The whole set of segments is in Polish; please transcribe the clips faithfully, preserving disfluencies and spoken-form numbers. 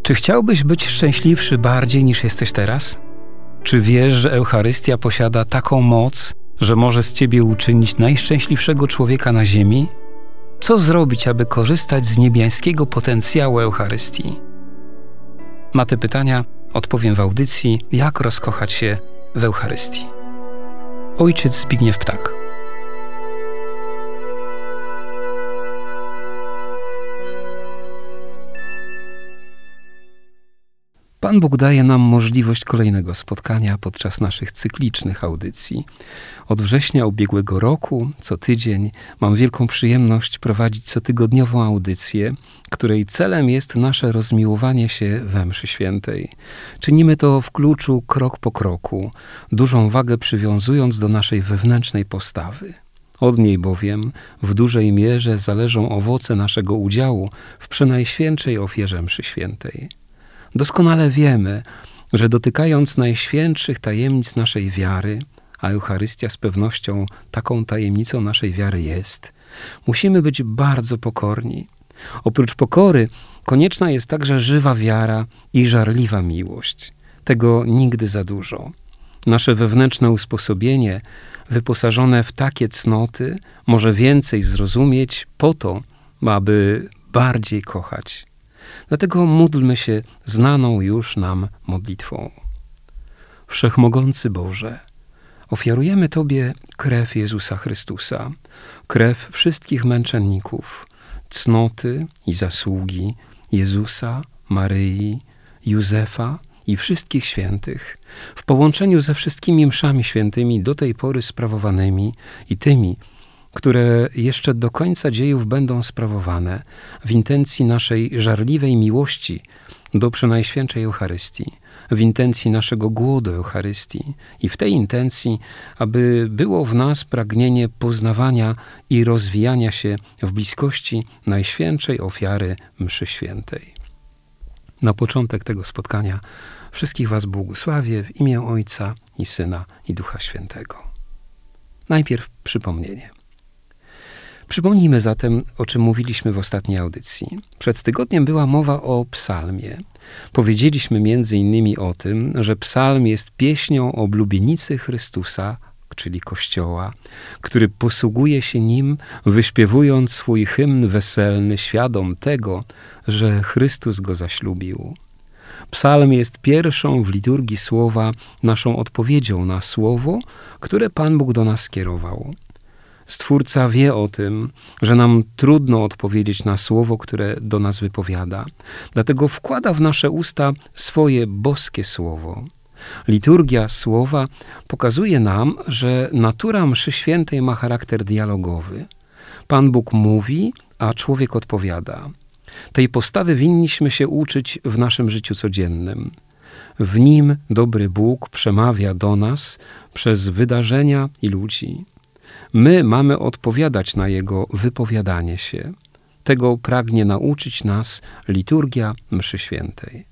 Czy chciałbyś być szczęśliwszy bardziej niż jesteś teraz? Czy wiesz, że Eucharystia posiada taką moc, że może z ciebie uczynić najszczęśliwszego człowieka na ziemi? Co zrobić, aby korzystać z niebiańskiego potencjału Eucharystii? Na te pytania odpowiem w audycji Jak rozkochać się w Eucharystii. Ojciec Zbigniew Ptak. Pan Bóg daje nam możliwość kolejnego spotkania podczas naszych cyklicznych audycji. Od września ubiegłego roku, co tydzień, mam wielką przyjemność prowadzić cotygodniową audycję, której celem jest nasze rozmiłowanie się we mszy świętej. Czynimy to w kluczu krok po kroku, dużą wagę przywiązując do naszej wewnętrznej postawy. Od niej bowiem w dużej mierze zależą owoce naszego udziału w przenajświętszej ofierze mszy świętej. Doskonale wiemy, że dotykając najświętszych tajemnic naszej wiary, a Eucharystia z pewnością taką tajemnicą naszej wiary jest, musimy być bardzo pokorni. Oprócz pokory konieczna jest także żywa wiara i żarliwa miłość. Tego nigdy za dużo. Nasze wewnętrzne usposobienie, wyposażone w takie cnoty, może więcej zrozumieć po to, aby bardziej kochać. Dlatego módlmy się znaną już nam modlitwą. Wszechmogący Boże, ofiarujemy Tobie krew Jezusa Chrystusa, krew wszystkich męczenników, cnoty i zasługi Jezusa, Maryi, Józefa i wszystkich świętych, w połączeniu ze wszystkimi mszami świętymi do tej pory sprawowanymi i tymi, które jeszcze do końca dziejów będą sprawowane w intencji naszej żarliwej miłości do Przenajświętszej Eucharystii, w intencji naszego głodu Eucharystii i w tej intencji, aby było w nas pragnienie poznawania i rozwijania się w bliskości Najświętszej ofiary mszy świętej. Na początek tego spotkania wszystkich was błogosławię w imię Ojca i Syna i Ducha Świętego. Najpierw przypomnienie. Przypomnijmy zatem, o czym mówiliśmy w ostatniej audycji. Przed tygodniem była mowa o psalmie. Powiedzieliśmy między innymi o tym, że psalm jest pieśnią o oblubienicy Chrystusa, czyli Kościoła, który posługuje się nim, wyśpiewując swój hymn weselny, świadom tego, że Chrystus go zaślubił. Psalm jest pierwszą w liturgii słowa naszą odpowiedzią na słowo, które Pan Bóg do nas skierował. Stwórca wie o tym, że nam trudno odpowiedzieć na słowo, które do nas wypowiada. Dlatego wkłada w nasze usta swoje boskie słowo. Liturgia słowa pokazuje nam, że natura mszy świętej ma charakter dialogowy. Pan Bóg mówi, a człowiek odpowiada. Tej postawy winniśmy się uczyć w naszym życiu codziennym. W nim dobry Bóg przemawia do nas przez wydarzenia i ludzi. My mamy odpowiadać na Jego wypowiadanie się. Tego pragnie nauczyć nas liturgia mszy świętej.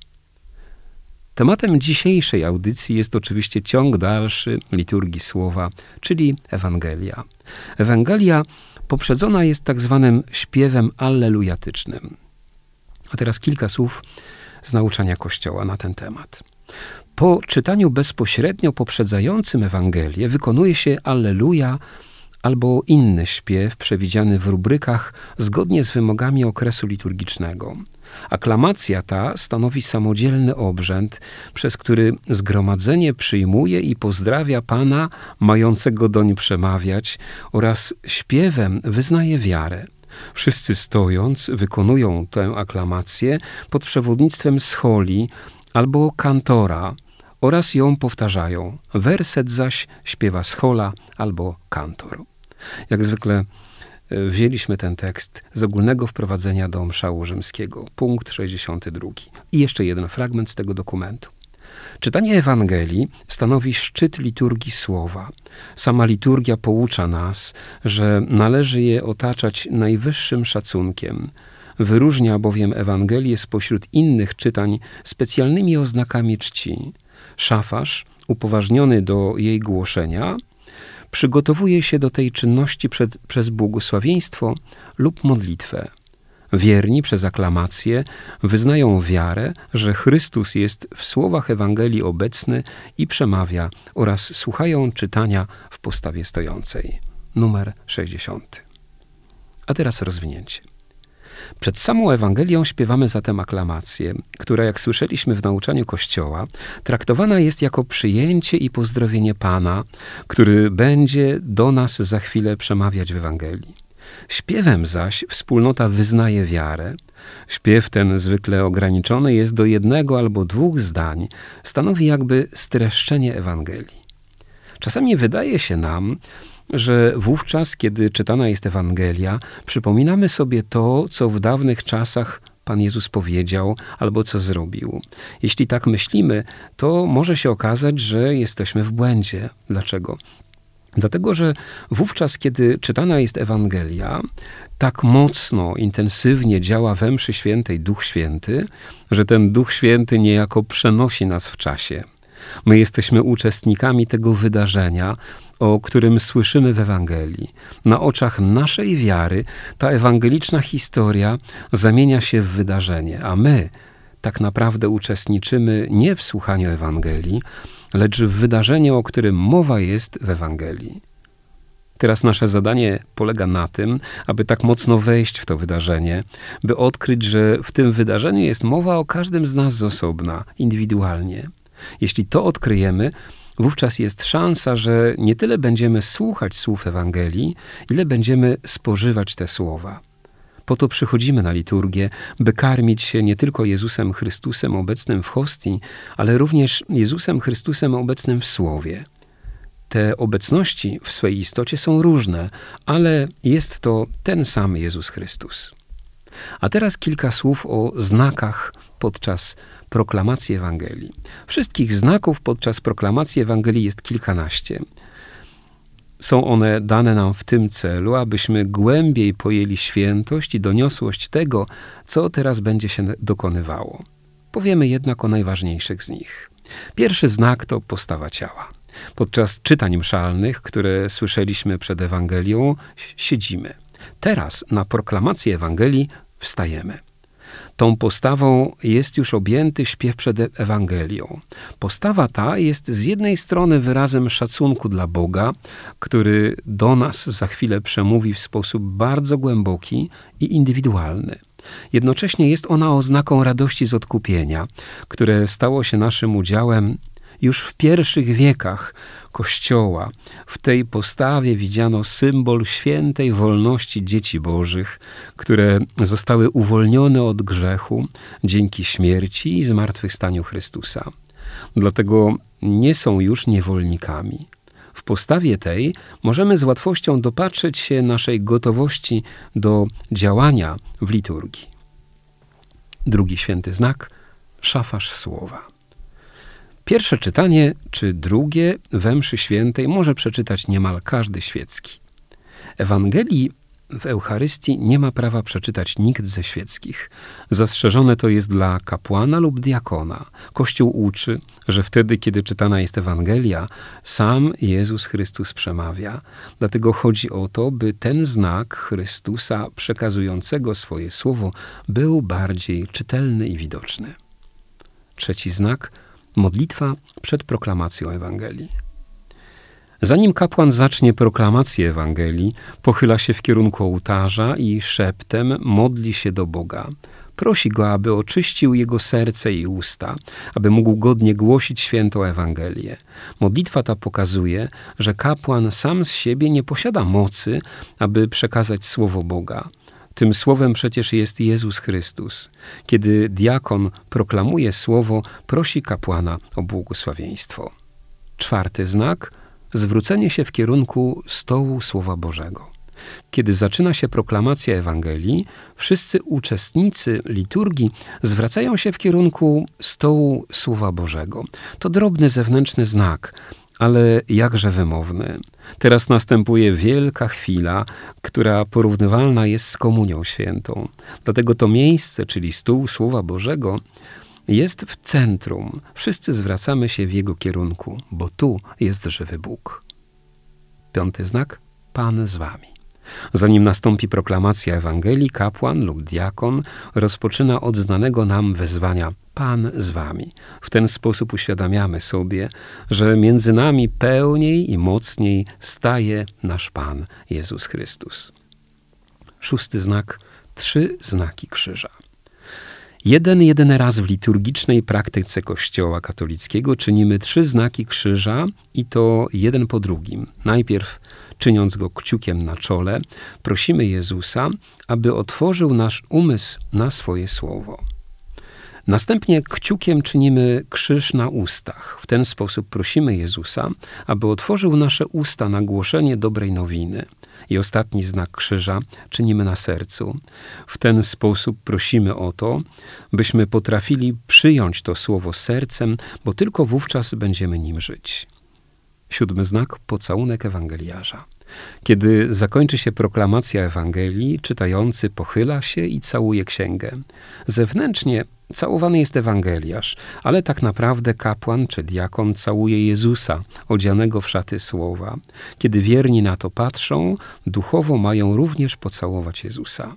Tematem dzisiejszej audycji jest oczywiście ciąg dalszy liturgii słowa, czyli Ewangelia. Ewangelia poprzedzona jest tak zwanym śpiewem allelujatycznym. A teraz kilka słów z nauczania Kościoła na ten temat. Po czytaniu bezpośrednio poprzedzającym Ewangelię wykonuje się Alleluja albo inny śpiew przewidziany w rubrykach zgodnie z wymogami okresu liturgicznego. Aklamacja ta stanowi samodzielny obrzęd, przez który zgromadzenie przyjmuje i pozdrawia Pana mającego doń przemawiać oraz śpiewem wyznaje wiarę. Wszyscy stojąc wykonują tę aklamację pod przewodnictwem scholi albo kantora oraz ją powtarzają. Werset zaś śpiewa schola albo kantor. Jak zwykle wzięliśmy ten tekst z ogólnego wprowadzenia do mszału rzymskiego, punkt sześćdziesiąty drugi. I jeszcze jeden fragment z tego dokumentu. Czytanie Ewangelii stanowi szczyt liturgii słowa. Sama liturgia poucza nas, że należy je otaczać najwyższym szacunkiem. Wyróżnia bowiem Ewangelię spośród innych czytań specjalnymi oznakami czci. Szafarz, upoważniony do jej głoszenia, przygotowuje się do tej czynności przed, przez błogosławieństwo lub modlitwę. Wierni przez aklamację wyznają wiarę, że Chrystus jest w słowach Ewangelii obecny i przemawia, oraz słuchają czytania w postawie stojącej. Numer sześćdziesiąty. A teraz rozwinięcie. Przed samą Ewangelią śpiewamy zatem aklamację, która, jak słyszeliśmy w nauczaniu Kościoła, traktowana jest jako przyjęcie i pozdrowienie Pana, który będzie do nas za chwilę przemawiać w Ewangelii. Śpiewem zaś wspólnota wyznaje wiarę. Śpiew ten, zwykle ograniczony jest do jednego albo dwóch zdań, stanowi jakby streszczenie Ewangelii. Czasami wydaje się nam, że wówczas, kiedy czytana jest Ewangelia, przypominamy sobie to, co w dawnych czasach Pan Jezus powiedział albo co zrobił. Jeśli tak myślimy, to może się okazać, że jesteśmy w błędzie. Dlaczego? Dlatego, że wówczas, kiedy czytana jest Ewangelia, tak mocno, intensywnie działa we mszy świętej Duch Święty, że ten Duch Święty niejako przenosi nas w czasie. My jesteśmy uczestnikami tego wydarzenia, o którym słyszymy w Ewangelii. Na oczach naszej wiary ta ewangeliczna historia zamienia się w wydarzenie, a my tak naprawdę uczestniczymy nie w słuchaniu Ewangelii, lecz w wydarzeniu, o którym mowa jest w Ewangelii. Teraz nasze zadanie polega na tym, aby tak mocno wejść w to wydarzenie, by odkryć, że w tym wydarzeniu jest mowa o każdym z nas z osobna, indywidualnie. Jeśli to odkryjemy, wówczas jest szansa, że nie tyle będziemy słuchać słów Ewangelii, ile będziemy spożywać te słowa. Po to przychodzimy na liturgię, by karmić się nie tylko Jezusem Chrystusem obecnym w hostii, ale również Jezusem Chrystusem obecnym w Słowie. Te obecności w swej istocie są różne, ale jest to ten sam Jezus Chrystus. A teraz kilka słów o znakach podczas proklamacji Ewangelii. Wszystkich znaków podczas proklamacji Ewangelii jest kilkanaście. Są one dane nam w tym celu, abyśmy głębiej pojęli świętość i doniosłość tego, co teraz będzie się dokonywało. Powiemy jednak o najważniejszych z nich. Pierwszy znak to postawa ciała. Podczas czytań mszalnych, które słyszeliśmy przed Ewangelią, siedzimy. Teraz na proklamację Ewangelii wstajemy. Tą postawą jest już objęty śpiew przed Ewangelią. Postawa ta jest z jednej strony wyrazem szacunku dla Boga, który do nas za chwilę przemówi w sposób bardzo głęboki i indywidualny. Jednocześnie jest ona oznaką radości z odkupienia, które stało się naszym udziałem już w pierwszych wiekach Kościoła. W tej postawie widziano symbol świętej wolności dzieci Bożych, które zostały uwolnione od grzechu dzięki śmierci i zmartwychwstaniu Chrystusa. Dlatego nie są już niewolnikami. W postawie tej możemy z łatwością dopatrzeć się naszej gotowości do działania w liturgii. Drugi święty znak – szafarz słowa. Pierwsze czytanie, czy drugie we mszy świętej może przeczytać niemal każdy świecki. Ewangelii w Eucharystii nie ma prawa przeczytać nikt ze świeckich. Zastrzeżone to jest dla kapłana lub diakona. Kościół uczy, że wtedy, kiedy czytana jest Ewangelia, sam Jezus Chrystus przemawia. Dlatego chodzi o to, by ten znak Chrystusa przekazującego swoje słowo był bardziej czytelny i widoczny. Trzeci znak – modlitwa przed proklamacją Ewangelii. Zanim kapłan zacznie proklamację Ewangelii, pochyla się w kierunku ołtarza i szeptem modli się do Boga. Prosi Go, aby oczyścił jego serce i usta, aby mógł godnie głosić świętą Ewangelię. Modlitwa ta pokazuje, że kapłan sam z siebie nie posiada mocy, aby przekazać słowo Boga. Tym słowem przecież jest Jezus Chrystus. Kiedy diakon proklamuje słowo, prosi kapłana o błogosławieństwo. Czwarty znak – zwrócenie się w kierunku stołu Słowa Bożego. Kiedy zaczyna się proklamacja Ewangelii, wszyscy uczestnicy liturgii zwracają się w kierunku stołu Słowa Bożego. To drobny zewnętrzny znak, ale jakże wymowny. Teraz następuje wielka chwila, która porównywalna jest z komunią świętą. Dlatego to miejsce, czyli stół Słowa Bożego, jest w centrum. Wszyscy zwracamy się w jego kierunku, bo tu jest żywy Bóg. Piąty znak – Pan z wami. Zanim nastąpi proklamacja Ewangelii, kapłan lub diakon rozpoczyna od znanego nam wezwania Pan z wami. W ten sposób uświadamiamy sobie, że między nami pełniej i mocniej staje nasz Pan Jezus Chrystus. Szósty znak. Trzy znaki krzyża. Jeden, jedyny raz w liturgicznej praktyce Kościoła katolickiego czynimy trzy znaki krzyża i to jeden po drugim. Najpierw, czyniąc go kciukiem na czole, prosimy Jezusa, aby otworzył nasz umysł na swoje słowo. Następnie kciukiem czynimy krzyż na ustach. W ten sposób prosimy Jezusa, aby otworzył nasze usta na głoszenie dobrej nowiny. I ostatni znak krzyża czynimy na sercu. W ten sposób prosimy o to, byśmy potrafili przyjąć to słowo sercem, bo tylko wówczas będziemy nim żyć. Siódmy znak. Pocałunek ewangeliarza. Kiedy zakończy się proklamacja Ewangelii, czytający pochyla się i całuje księgę. Zewnętrznie całowany jest ewangeliarz, ale tak naprawdę kapłan czy diakon całuje Jezusa, odzianego w szaty słowa. Kiedy wierni na to patrzą, duchowo mają również pocałować Jezusa.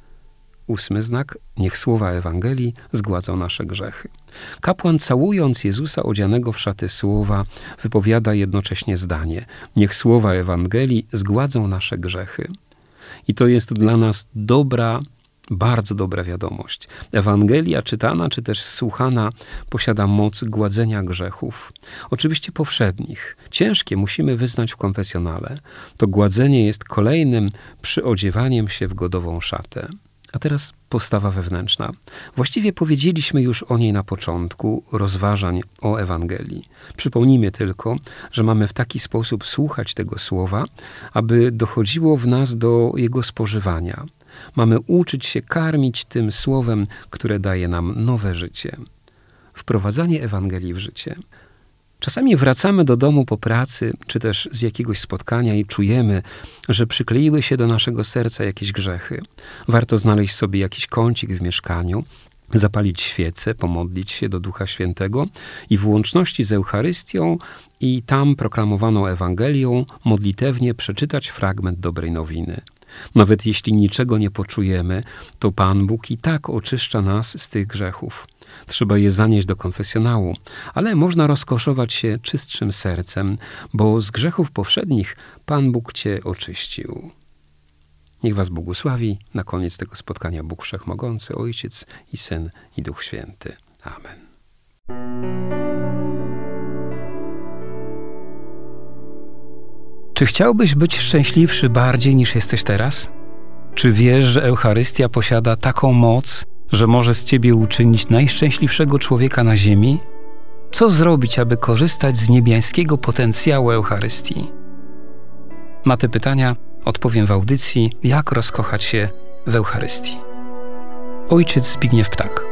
Ósmy znak. Niech słowa Ewangelii zgładzą nasze grzechy. Kapłan, całując Jezusa odzianego w szaty słowa, wypowiada jednocześnie zdanie: niech słowa Ewangelii zgładzą nasze grzechy. I to jest dla nas dobra, bardzo dobra wiadomość. Ewangelia czytana czy też słuchana posiada moc gładzenia grzechów. Oczywiście powszednich. Ciężkie musimy wyznać w konfesjonale. To gładzenie jest kolejnym przyodziewaniem się w godową szatę. A teraz postawa wewnętrzna. Właściwie powiedzieliśmy już o niej na początku rozważań o Ewangelii. Przypomnijmy tylko, że mamy w taki sposób słuchać tego słowa, aby dochodziło w nas do jego spożywania. Mamy uczyć się karmić tym słowem, które daje nam nowe życie. Wprowadzanie Ewangelii w życie. Czasami wracamy do domu po pracy, czy też z jakiegoś spotkania i czujemy, że przykleiły się do naszego serca jakieś grzechy. Warto znaleźć sobie jakiś kącik w mieszkaniu, zapalić świecę, pomodlić się do Ducha Świętego i w łączności z Eucharystią i tam proklamowaną Ewangelią modlitewnie przeczytać fragment dobrej nowiny. Nawet jeśli niczego nie poczujemy, to Pan Bóg i tak oczyszcza nas z tych grzechów. Trzeba je zanieść do konfesjonału, ale można rozkoszować się czystszym sercem, bo z grzechów powszednich Pan Bóg cię oczyścił. Niech was błogosławi na koniec tego spotkania Bóg Wszechmogący, Ojciec i Syn i Duch Święty. Amen. Czy chciałbyś być szczęśliwszy bardziej niż jesteś teraz? Czy wiesz, że Eucharystia posiada taką moc, że może z ciebie uczynić najszczęśliwszego człowieka na ziemi? Co zrobić, aby korzystać z niebiańskiego potencjału Eucharystii? Na te pytania odpowiem w audycji Jak rozkochać się w Eucharystii. Ojciec Zbigniew Ptak.